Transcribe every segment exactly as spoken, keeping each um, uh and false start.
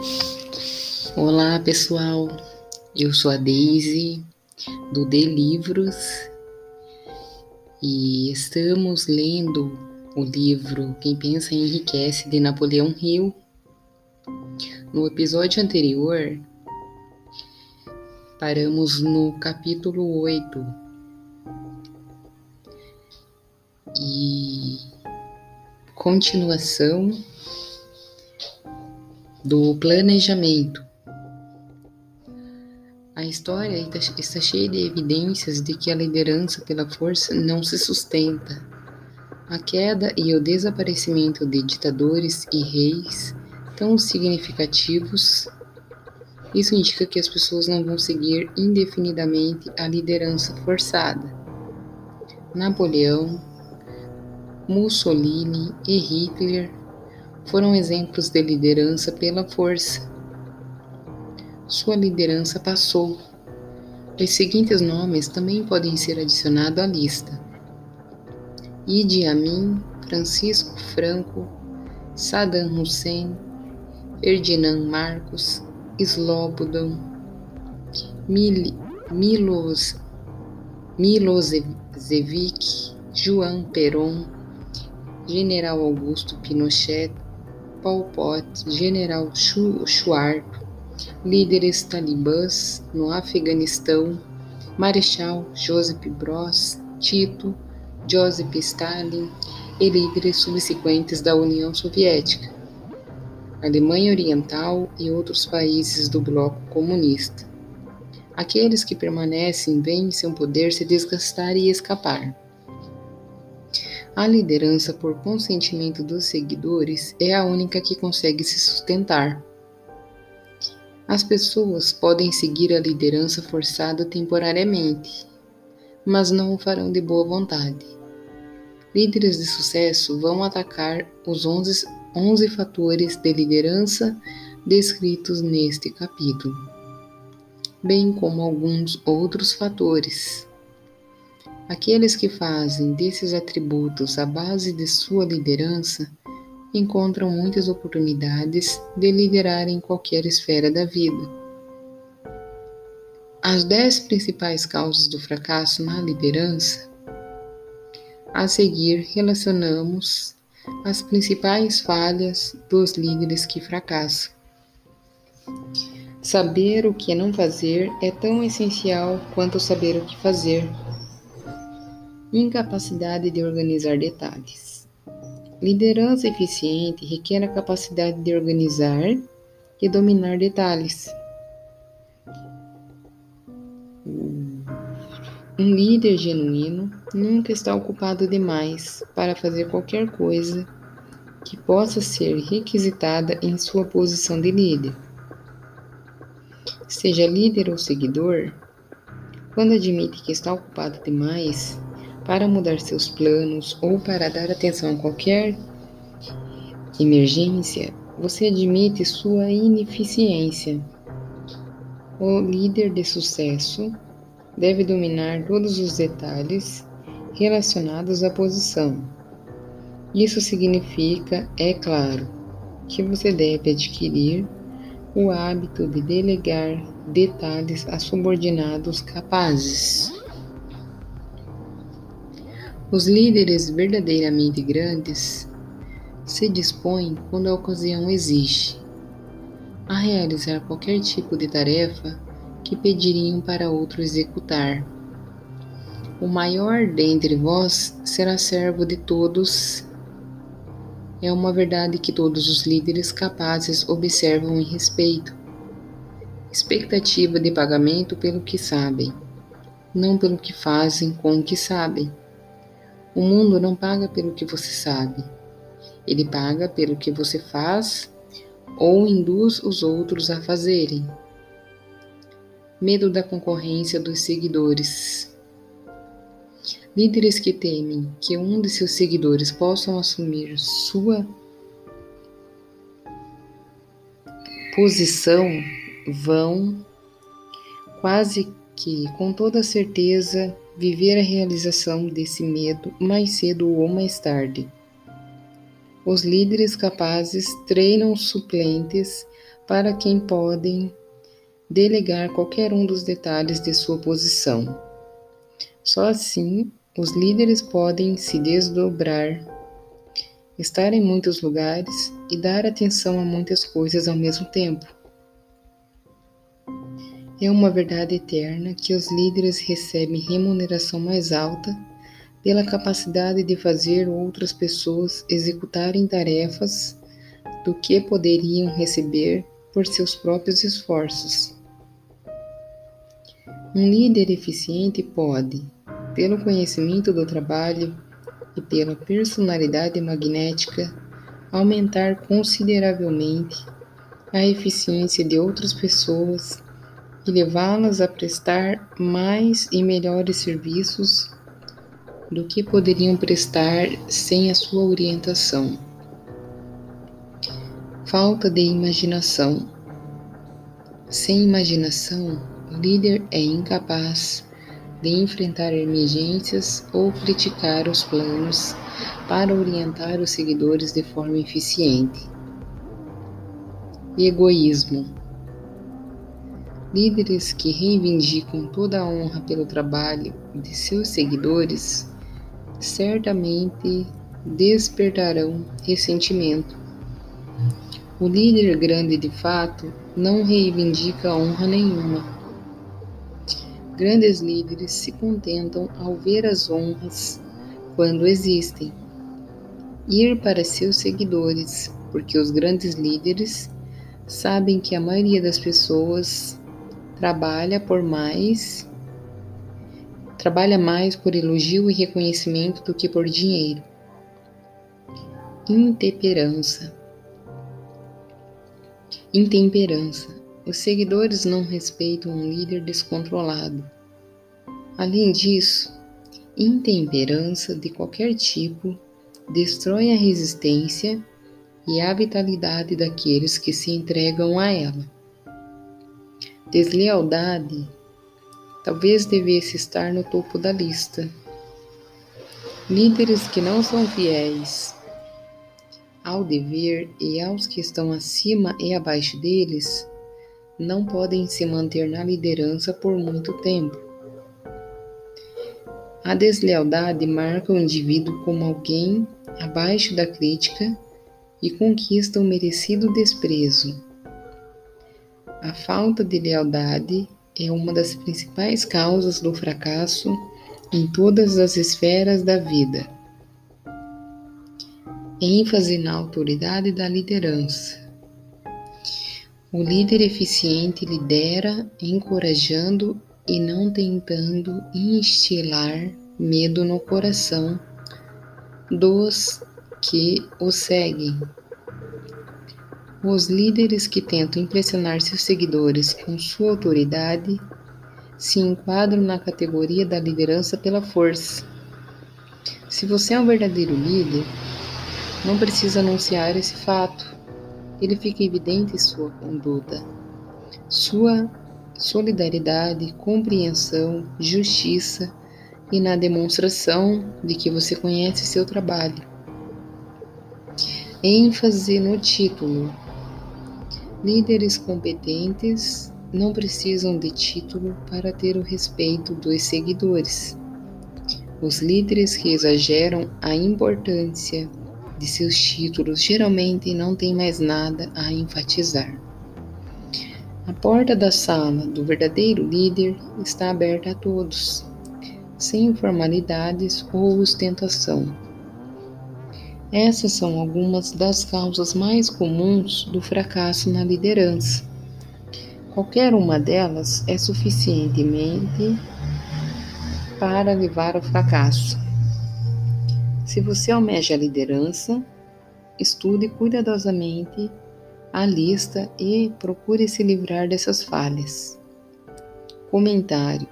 Olá pessoal, eu sou a Daisy do D Livros e estamos lendo o livro Quem Pensa Enriquece de Napoleão Hill. No episódio anterior, paramos no capítulo oito e continuação do planejamento. A história está cheia de evidências de que a liderança pela força não se sustenta. A queda e o desaparecimento de ditadores e reis tão significativos, isso indica que as pessoas não vão seguir indefinidamente a liderança forçada. Napoleão, Mussolini e Hitler foram exemplos de liderança pela força. Sua liderança passou. Os seguintes nomes também podem ser adicionados à lista: Idi Amin, Francisco Franco, Saddam Hussein, Ferdinand Marcos, Slobodan Mil- Milos, Milosevic, Juan Perón, General Augusto Pinochet, Pol Pot, General Shuar, líderes talibãs no Afeganistão, Marechal Joseph Broz Tito, Joseph Stalin e líderes subsequentes da União Soviética, Alemanha Oriental e outros países do bloco comunista. Aqueles que permanecem veem seu poder se desgastar e escapar. A liderança por consentimento dos seguidores é a única que consegue se sustentar. As pessoas podem seguir a liderança forçada temporariamente, mas não o farão de boa vontade. Líderes de sucesso vão atacar os onze, onze fatores de liderança descritos neste capítulo, bem como alguns outros fatores. Aqueles que fazem desses atributos a base de sua liderança encontram muitas oportunidades de liderar em qualquer esfera da vida. As dez principais causas do fracasso na liderança. A seguir, relacionamos as principais falhas dos líderes que fracassam. Saber o que não fazer é tão essencial quanto saber o que fazer. Incapacidade de organizar detalhes. Liderança eficiente requer a capacidade de organizar e dominar detalhes. Um líder genuíno nunca está ocupado demais para fazer qualquer coisa que possa ser requisitada em sua posição de líder. Seja líder ou seguidor, quando admite que está ocupado demais para mudar seus planos ou para dar atenção a qualquer emergência, você admite sua ineficiência. O líder de sucesso deve dominar todos os detalhes relacionados à posição. Isso significa, é claro, que você deve adquirir o hábito de delegar detalhes a subordinados capazes. Os líderes verdadeiramente grandes se dispõem, quando a ocasião exige, a realizar qualquer tipo de tarefa que pediriam para outro executar. O maior dentre vós será servo de todos. É uma verdade que todos os líderes capazes observam e respeitam. Expectativa de pagamento pelo que sabem, não pelo que fazem com o que sabem. O mundo não paga pelo que você sabe. Ele paga pelo que você faz ou induz os outros a fazerem. Medo da concorrência dos seguidores. Líderes que temem que um de seus seguidores possam assumir sua posição vão, quase que com toda certeza, viver a realização desse medo mais cedo ou mais tarde. Os líderes capazes treinam os suplentes para quem podem delegar qualquer um dos detalhes de sua posição. Só assim, os líderes podem se desdobrar, estar em muitos lugares e dar atenção a muitas coisas ao mesmo tempo. É uma verdade eterna que os líderes recebem remuneração mais alta pela capacidade de fazer outras pessoas executarem tarefas do que poderiam receber por seus próprios esforços. Um líder eficiente pode, pelo conhecimento do trabalho e pela personalidade magnética, aumentar consideravelmente a eficiência de outras pessoas e levá-las a prestar mais e melhores serviços do que poderiam prestar sem a sua orientação. Falta de imaginação. Sem imaginação, o líder é incapaz de enfrentar emergências ou criticar os planos para orientar os seguidores de forma eficiente. Egoísmo. Líderes que reivindicam toda a honra pelo trabalho de seus seguidores certamente despertarão ressentimento. O líder grande de fato não reivindica honra nenhuma. Grandes líderes se contentam ao ver as honras quando existem, ir para seus seguidores, porque os grandes líderes sabem que a maioria das pessoas trabalha por mais, trabalha mais por elogio e reconhecimento do que por dinheiro. Intemperança. Intemperança. Os seguidores não respeitam um líder descontrolado. Além disso, intemperança de qualquer tipo destrói a resistência e a vitalidade daqueles que se entregam a ela. Deslealdade talvez devesse estar no topo da lista. Líderes que não são fiéis ao dever e aos que estão acima e abaixo deles não podem se manter na liderança por muito tempo. A deslealdade marca o indivíduo como alguém abaixo da crítica e conquista o merecido desprezo. A falta de lealdade é uma das principais causas do fracasso em todas as esferas da vida. ênfase na autoridade da liderança. O líder eficiente lidera encorajando e não tentando instilar medo no coração dos que o seguem. Os líderes que tentam impressionar seus seguidores com sua autoridade se enquadram na categoria da liderança pela força. Se você é um verdadeiro líder, não precisa anunciar esse fato. Ele fica evidente em sua conduta, sua solidariedade, compreensão, justiça e na demonstração de que você conhece seu trabalho. ênfase no título. Líderes competentes não precisam de título para ter o respeito dos seguidores. Os líderes que exageram a importância de seus títulos geralmente não têm mais nada a enfatizar. A porta da sala do verdadeiro líder está aberta a todos, sem formalidades ou ostentação. Essas são algumas das causas mais comuns do fracasso na liderança. Qualquer uma delas é suficientemente para levar ao fracasso. Se você almeja a liderança, estude cuidadosamente a lista e procure se livrar dessas falhas. Comentário.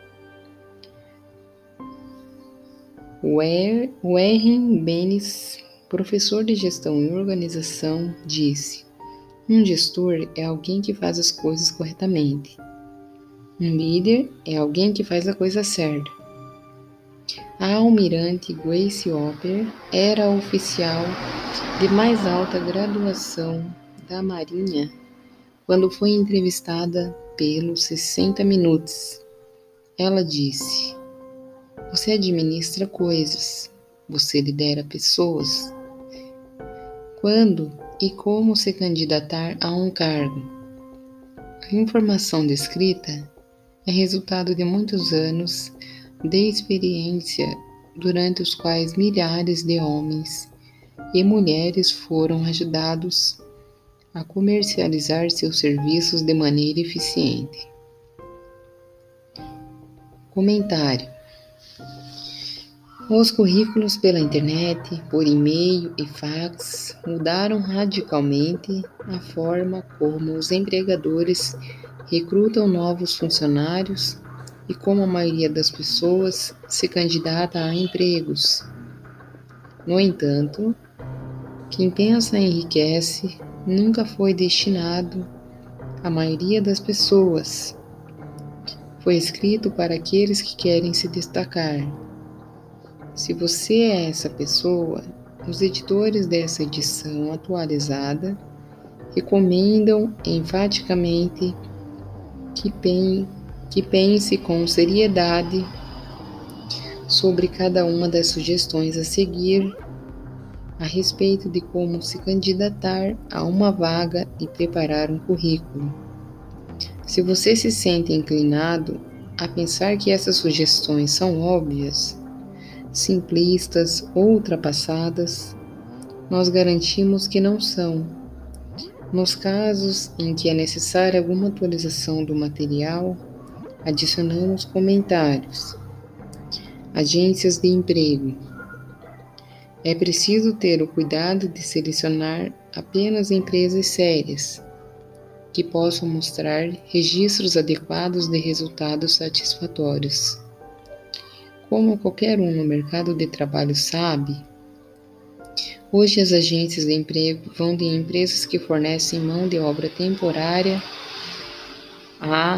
Warren Bennis, professor de gestão e organização, disse: um gestor é alguém que faz as coisas corretamente. Um líder é alguém que faz a coisa certa. A almirante Grace Hopper era a oficial de mais alta graduação da Marinha Quando foi entrevistada pelos sessenta Minutos, ela disse: "Você administra coisas, você lidera pessoas. Quando e como se candidatar a um cargo? A informação descrita é resultado de muitos anos de experiência durante os quais milhares de homens e mulheres foram ajudados a comercializar seus serviços de maneira eficiente." Comentário: os currículos pela internet, por e-mail e fax mudaram radicalmente a forma como os empregadores recrutam novos funcionários e como a maioria das pessoas se candidata a empregos. No entanto, quem pensa enriquece nunca foi destinado à maioria das pessoas. Foi escrito para aqueles que querem se destacar. Se você é essa pessoa, os editores dessa edição atualizada recomendam enfaticamente que, pen, que pense com seriedade sobre cada uma das sugestões a seguir a respeito de como se candidatar a uma vaga e preparar um currículo. Se você se sente inclinado a pensar que essas sugestões são óbvias, simplistas ou ultrapassadas, nós garantimos que não são. Nos casos em que é necessária alguma atualização do material, adicionamos comentários. Agências de emprego. É preciso ter o cuidado de selecionar apenas empresas sérias, que possam mostrar registros adequados de resultados satisfatórios. Como qualquer um no mercado de trabalho sabe, hoje as agências de emprego vão de empresas que fornecem mão de obra temporária a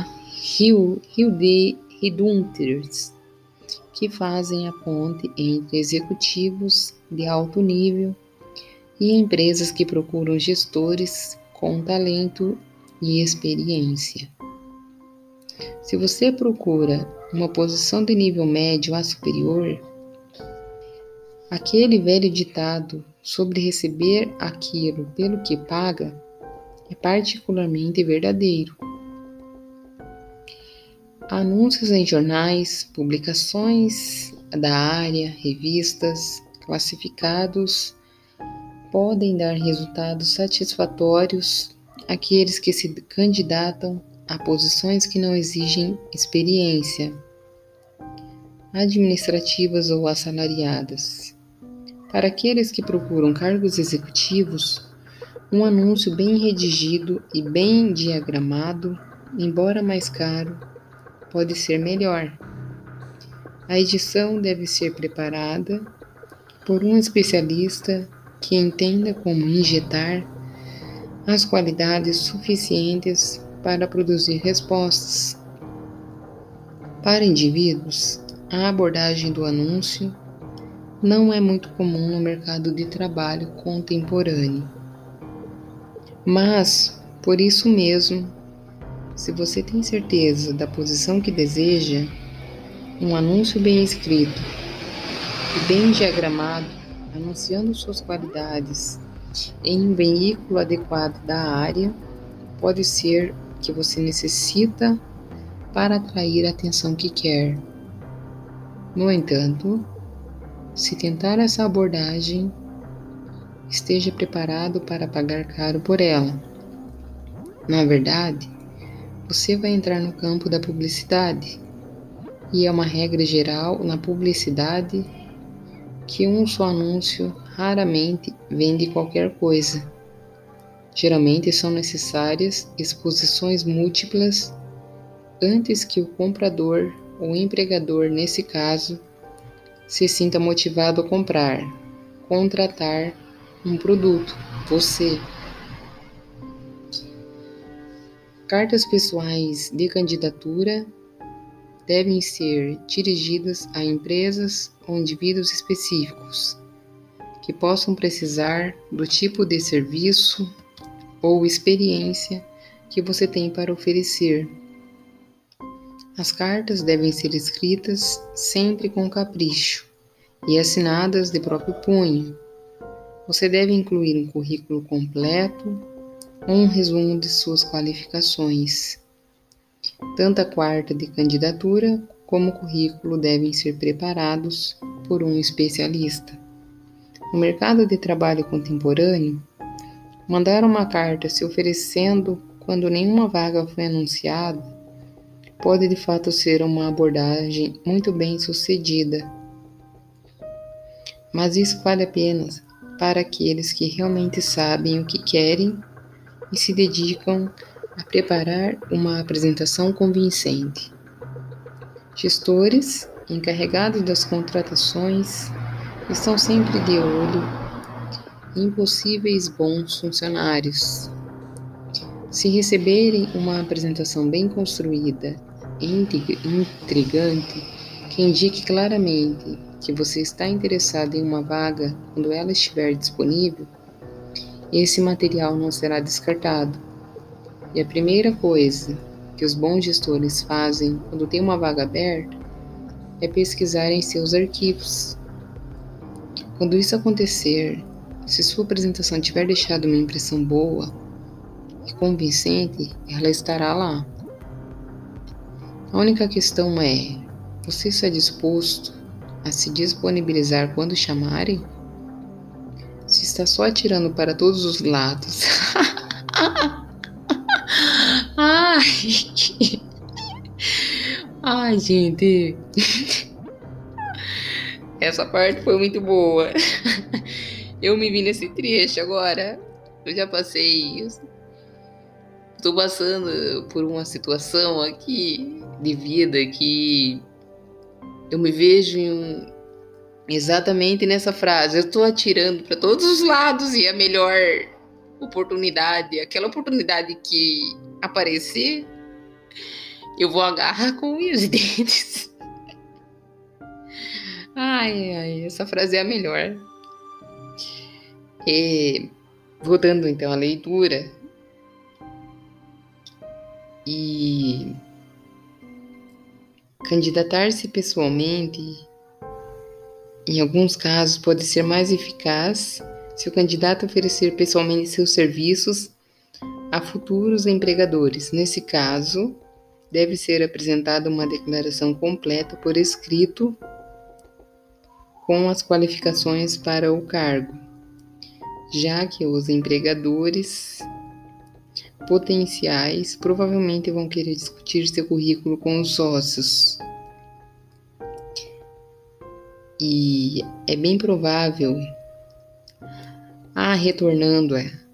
headhunters, que fazem a ponte entre executivos de alto nível e empresas que procuram gestores com talento e experiência. Se você procura uma posição de nível médio a superior, aquele velho ditado sobre receber aquilo pelo que paga é particularmente verdadeiro. Anúncios em jornais, publicações da área, revistas, classificados podem dar resultados satisfatórios àqueles que se candidatam a posições que não exigem experiência administrativas ou assalariadas. Para aqueles que procuram cargos executivos, um anúncio bem redigido e bem diagramado, embora mais caro, pode ser melhor. A edição deve ser preparada por um especialista que entenda como injetar as qualidades suficientes para produzir respostas. Para indivíduos, a abordagem do anúncio não é muito comum no mercado de trabalho contemporâneo. Mas, por isso mesmo, se você tem certeza da posição que deseja, um anúncio bem escrito e bem diagramado, anunciando suas qualidades em um veículo adequado da área, pode ser o que você necessita para atrair a atenção que quer. No entanto, se tentar essa abordagem, esteja preparado para pagar caro por ela. Na verdade, você vai entrar no campo da publicidade, e é uma regra geral na publicidade que um só anúncio raramente vende qualquer coisa. Geralmente são necessárias exposições múltiplas antes que o comprador ou empregador, nesse caso, se sinta motivado a comprar, contratar um produto, você. Cartas pessoais de candidatura devem ser dirigidas a empresas ou indivíduos específicos que possam precisar do tipo de serviço ou experiência que você tem para oferecer. As cartas devem ser escritas sempre com capricho e assinadas de próprio punho. Você deve incluir um currículo completo ou um resumo de suas qualificações. Tanto a carta de candidatura como o currículo devem ser preparados por um especialista. No mercado de trabalho contemporâneo, mandar uma carta se oferecendo quando nenhuma vaga foi anunciada pode de fato ser uma abordagem muito bem sucedida. Mas isso vale apenas para aqueles que realmente sabem o que querem e se dedicam a preparar uma apresentação convincente. Gestores encarregados das contratações estão sempre de olho em possíveis bons funcionários. Se receberem uma apresentação bem construída e intrigante, que indique claramente que você está interessado em uma vaga quando ela estiver disponível, esse material não será descartado. E a primeira coisa que os bons gestores fazem quando tem uma vaga aberta é pesquisar em seus arquivos. Quando isso acontecer, se sua apresentação tiver deixado uma impressão boa e convincente, ela estará lá. A única questão é: você está disposto a se disponibilizar quando chamarem? Se está só atirando para todos os lados. Ai, ai, gente. Essa parte foi muito boa. Eu me vi nesse trecho agora. Eu já passei isso. Estou passando por uma situação aqui de vida que eu me vejo em um, exatamente nessa frase. Eu estou atirando para todos os lados e a melhor oportunidade, aquela oportunidade que aparecer, eu vou agarrar com os dentes. Ai, ai, essa frase é a melhor. E, voltando então à leitura, e candidatar-se pessoalmente, em alguns casos, pode ser mais eficaz se o candidato oferecer pessoalmente seus serviços a futuros empregadores. Nesse caso, deve ser apresentada uma declaração completa por escrito com as qualificações para o cargo, já que os empregadores potenciais provavelmente vão querer discutir seu currículo com os sócios. E é bem provável, ah, retornando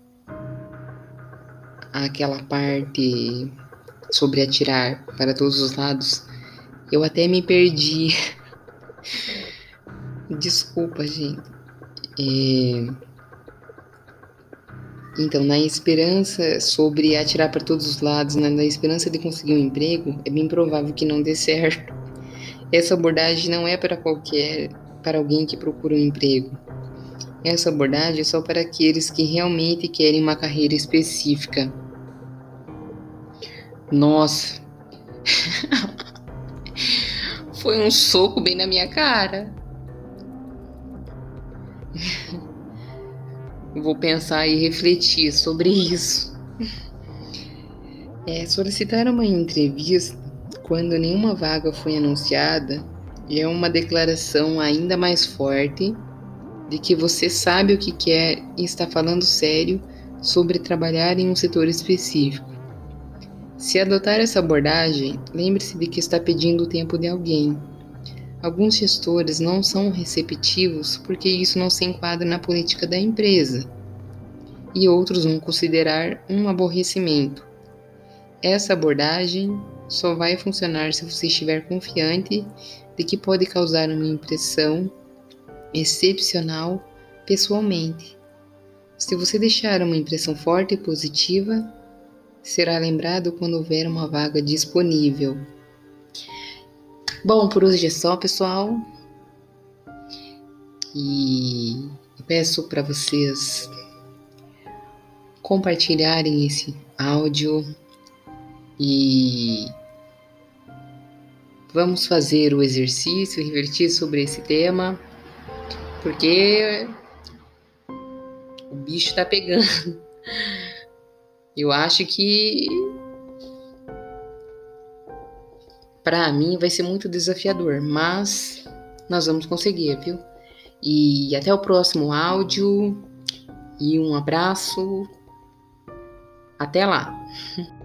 àquela parte sobre atirar para todos os lados, eu até me perdi. Desculpa, gente. É... Então, na esperança sobre atirar para todos os lados, né, na esperança de conseguir um emprego, é bem provável que não dê certo. Essa abordagem não é para qualquer, para alguém que procura um emprego. Essa abordagem é só para aqueles que realmente querem uma carreira específica. Nossa, foi um soco bem na minha cara. Vou pensar e refletir sobre isso. É, solicitar uma entrevista quando nenhuma vaga foi anunciada é uma declaração ainda mais forte de que você sabe o que quer e está falando sério sobre trabalhar em um setor específico. Se adotar essa abordagem, lembre-se de que está pedindo o tempo de alguém. Alguns gestores não são receptivos porque isso não se enquadra na política da empresa, e outros vão considerar um aborrecimento. Essa abordagem só vai funcionar se você estiver confiante de que pode causar uma impressão excepcional pessoalmente. Se você deixar uma impressão forte e positiva, será lembrado quando houver uma vaga disponível. Bom, por hoje é só, pessoal. E eu peço para vocês compartilharem esse áudio E vamos fazer o exercício, refletir sobre esse tema, porque o bicho tá pegando. Eu acho que para mim vai ser muito desafiador, mas nós vamos conseguir, viu? E até o próximo áudio e um abraço. Até lá!